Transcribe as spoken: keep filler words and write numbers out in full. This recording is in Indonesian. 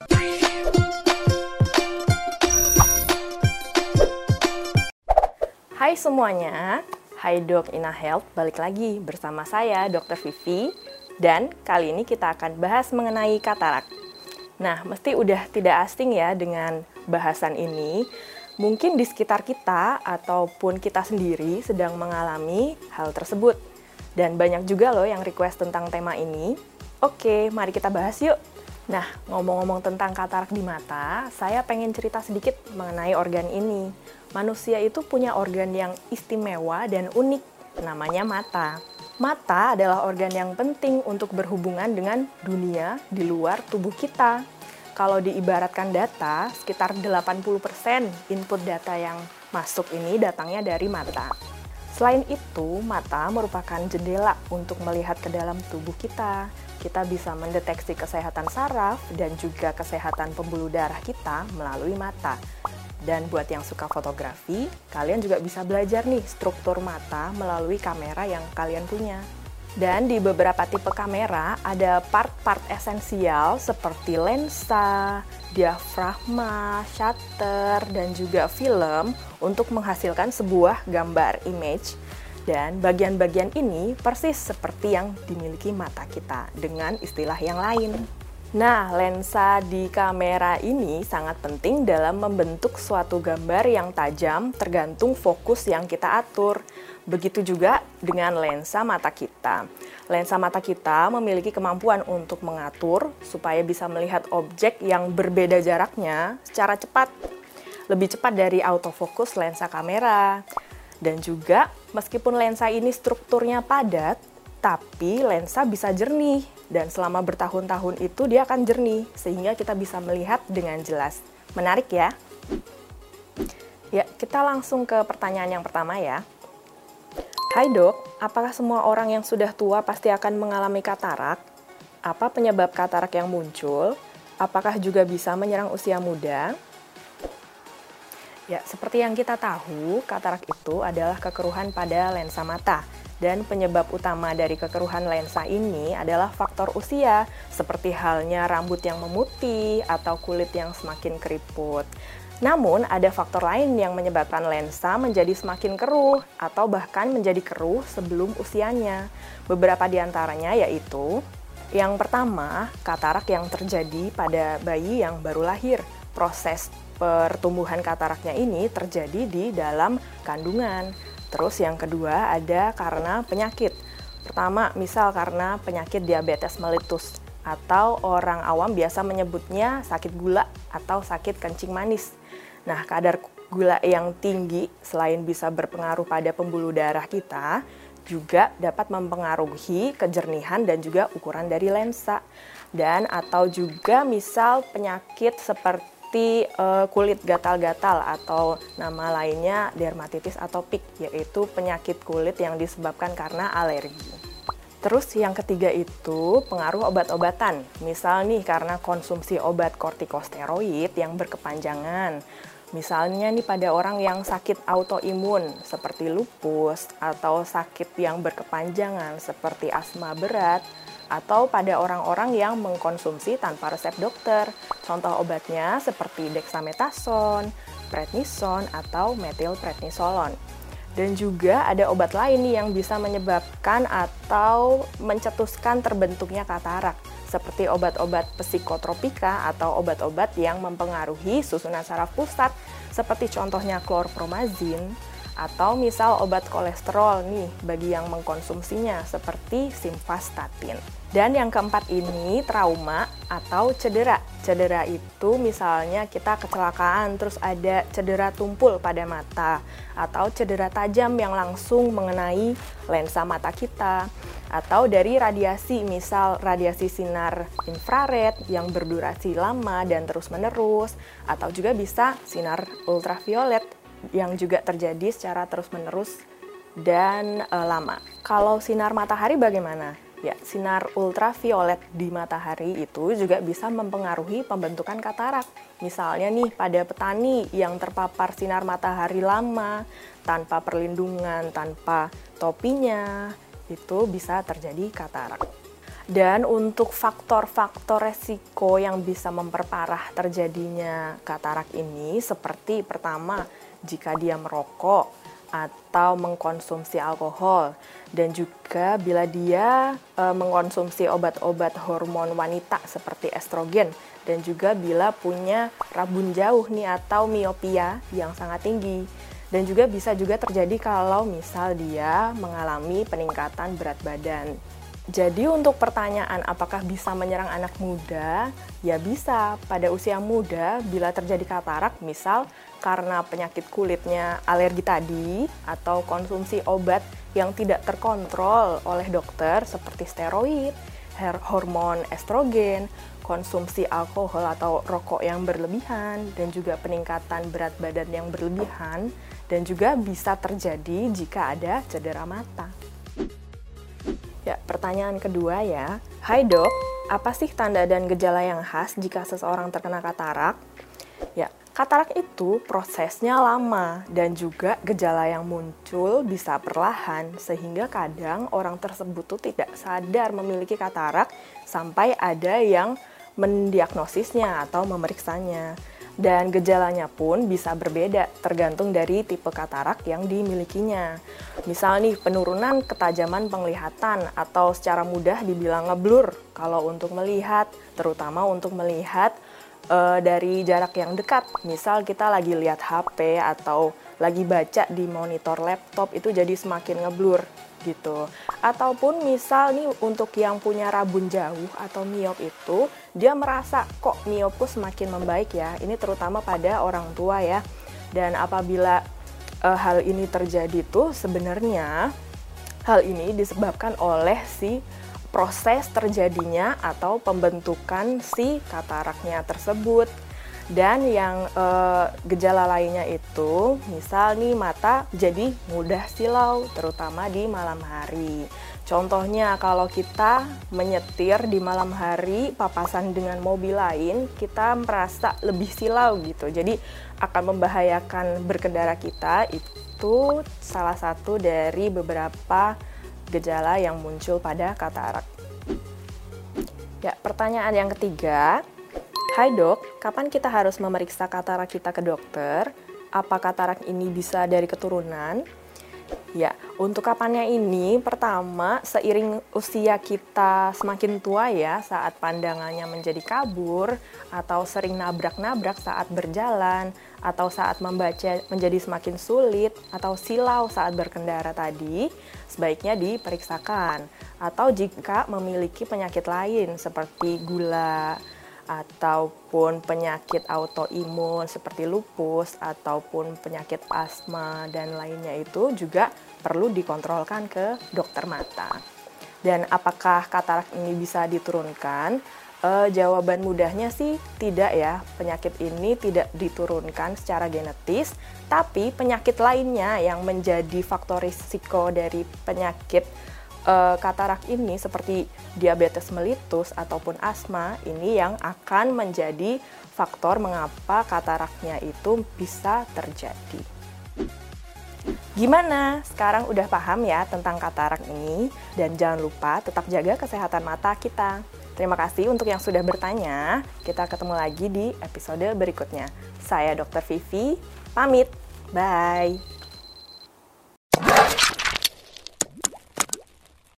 Hai semuanya, Hai Dok Ina Health, balik lagi bersama saya Dokter Vivi, dan kali ini kita akan bahas mengenai katarak. Nah, mesti udah tidak asing ya dengan bahasan ini. Mungkin di sekitar kita ataupun kita sendiri sedang mengalami hal tersebut. Dan banyak juga loh yang request tentang tema ini. Oke, mari kita bahas yuk. Nah, ngomong-ngomong tentang katarak di mata, saya pengen cerita sedikit mengenai organ ini. Manusia itu punya organ yang istimewa dan unik, namanya mata. Mata adalah organ yang penting untuk berhubungan dengan dunia di luar tubuh kita. Kalau diibaratkan data, sekitar delapan puluh persen input data yang masuk ini datangnya dari mata. Selain itu, mata merupakan jendela untuk melihat ke dalam tubuh kita. Kita bisa mendeteksi kesehatan saraf dan juga kesehatan pembuluh darah kita melalui mata. Dan buat yang suka fotografi, kalian juga bisa belajar nih struktur mata melalui kamera yang kalian punya. Dan di beberapa tipe kamera ada part-part esensial seperti lensa, diafragma, shutter, dan juga film untuk menghasilkan sebuah gambar image. Dan bagian-bagian ini persis seperti yang dimiliki mata kita dengan istilah yang lain. Nah, lensa di kamera ini sangat penting dalam membentuk suatu gambar yang tajam tergantung fokus yang kita atur. Begitu juga dengan lensa mata kita. Lensa mata kita memiliki kemampuan untuk mengatur supaya bisa melihat objek yang berbeda jaraknya secara cepat. Lebih cepat dari autofocus lensa kamera. Dan juga, meskipun lensa ini strukturnya padat, tapi lensa bisa jernih. Dan selama bertahun-tahun itu dia akan jernih, sehingga kita bisa melihat dengan jelas. Menarik ya? Ya, kita langsung ke pertanyaan yang pertama ya. Hai dok, apakah semua orang yang sudah tua pasti akan mengalami katarak? Apa penyebab katarak yang muncul? Apakah juga bisa menyerang usia muda? Ya, seperti yang kita tahu, katarak itu adalah kekeruhan pada lensa mata. Dan penyebab utama dari kekeruhan lensa ini adalah faktor usia, seperti halnya rambut yang memutih atau kulit yang semakin keriput. Namun, ada faktor lain yang menyebabkan lensa menjadi semakin keruh atau bahkan menjadi keruh sebelum usianya. Beberapa di antaranya yaitu, yang pertama, katarak yang terjadi pada bayi yang baru lahir. Proses pertumbuhan kataraknya ini terjadi di dalam kandungan. Terus yang kedua ada karena penyakit. Pertama, misal karena penyakit diabetes mellitus atau orang awam biasa menyebutnya sakit gula atau sakit kencing manis. Nah, kadar gula yang tinggi selain bisa berpengaruh pada pembuluh darah kita, juga dapat mempengaruhi kejernihan dan juga ukuran dari lensa. Dan atau juga misal penyakit seperti Seperti uh, kulit gatal-gatal atau nama lainnya dermatitis atopik, yaitu penyakit kulit yang disebabkan karena alergi. Terus yang ketiga itu pengaruh obat-obatan. Misal nih karena konsumsi obat kortikosteroid yang berkepanjangan. Misalnya nih pada orang yang sakit autoimun seperti lupus atau sakit yang berkepanjangan seperti asma berat, atau pada orang-orang yang mengkonsumsi tanpa resep dokter. Contoh obatnya seperti dexamethasone, prednison, atau metilprednisolon. Dan juga ada obat lain nih yang bisa menyebabkan atau mencetuskan terbentuknya katarak, seperti obat-obat psikotropika atau obat-obat yang mempengaruhi susunan saraf pusat, seperti contohnya klorpromazin, atau misal obat kolesterol nih bagi yang mengkonsumsinya seperti simvastatin. Dan yang keempat ini trauma atau cedera. Cedera itu misalnya kita kecelakaan terus ada cedera tumpul pada mata atau cedera tajam yang langsung mengenai lensa mata kita, atau dari radiasi, misal radiasi sinar infrared yang berdurasi lama dan terus-menerus, atau juga bisa sinar ultraviolet yang juga terjadi secara terus-menerus dan e, lama. Kalau sinar matahari bagaimana? Ya, sinar ultraviolet di matahari itu juga bisa mempengaruhi pembentukan katarak. Misalnya nih pada petani yang terpapar sinar matahari lama, tanpa perlindungan, tanpa topinya, itu bisa terjadi katarak. Dan untuk faktor-faktor resiko yang bisa memperparah terjadinya katarak ini seperti pertama, jika dia merokok atau mengkonsumsi alkohol, dan juga bila dia e, mengkonsumsi obat-obat hormon wanita seperti estrogen, dan juga bila punya rabun jauh nih atau miopia yang sangat tinggi. Dan juga bisa juga terjadi kalau misal dia mengalami peningkatan berat badan. Jadi untuk pertanyaan apakah bisa menyerang anak muda? Ya bisa, pada usia muda bila terjadi katarak misal karena penyakit kulitnya alergi tadi atau konsumsi obat yang tidak terkontrol oleh dokter seperti steroid, hormon estrogen, konsumsi alkohol atau rokok yang berlebihan, dan juga peningkatan berat badan yang berlebihan, dan juga bisa terjadi jika ada cedera mata. Ya, pertanyaan kedua ya. Hai dok, apa sih tanda dan gejala yang khas jika seseorang terkena katarak? Ya, katarak itu prosesnya lama dan juga gejala yang muncul bisa perlahan sehingga kadang orang tersebut tuh tidak sadar memiliki katarak sampai ada yang mendiagnosisnya atau memeriksanya. Dan gejalanya pun bisa berbeda tergantung dari tipe katarak yang dimilikinya. Misal nih, penurunan ketajaman penglihatan atau secara mudah dibilang ngeblur kalau untuk melihat, terutama untuk melihat e, dari jarak yang dekat. Misal kita lagi lihat H P atau lagi baca di monitor laptop itu jadi semakin ngeblur gitu. Ataupun misal nih untuk yang punya rabun jauh atau miop itu, dia merasa kok miopku semakin membaik ya. Ini terutama pada orang tua ya. Dan apabila e, hal ini terjadi tuh sebenarnya hal ini disebabkan oleh si proses terjadinya atau pembentukan si kataraknya tersebut. Dan yang e, gejala lainnya itu, misal nih mata jadi mudah silau, terutama di malam hari. Contohnya kalau kita menyetir di malam hari papasan dengan mobil lain, kita merasa lebih silau gitu. Jadi akan membahayakan berkendara kita, itu salah satu dari beberapa gejala yang muncul pada katarak. Ya, pertanyaan yang ketiga. Hai dok, kapan kita harus memeriksa katarak kita ke dokter? Apa katarak ini bisa dari keturunan? Ya, untuk kapannya ini, pertama seiring usia kita semakin tua ya, saat pandangannya menjadi kabur, atau sering nabrak-nabrak saat berjalan, atau saat membaca menjadi semakin sulit, atau silau saat berkendara tadi, sebaiknya diperiksakan. Atau jika memiliki penyakit lain seperti gula, ataupun penyakit autoimun seperti lupus ataupun penyakit asma dan lainnya itu juga perlu dikontrolkan ke dokter mata. Dan apakah katarak ini bisa diturunkan? E, jawaban mudahnya sih tidak ya, penyakit ini tidak diturunkan secara genetis, tapi penyakit lainnya yang menjadi faktor risiko dari penyakit Uh, katarak ini seperti diabetes mellitus ataupun asma ini yang akan menjadi faktor mengapa kataraknya itu bisa terjadi. Gimana? Sekarang udah paham ya tentang katarak ini? Dan jangan lupa tetap jaga kesehatan mata kita. Terima kasih untuk yang sudah bertanya. Kita ketemu lagi di episode berikutnya. Saya dokter Vivi, pamit. Bye.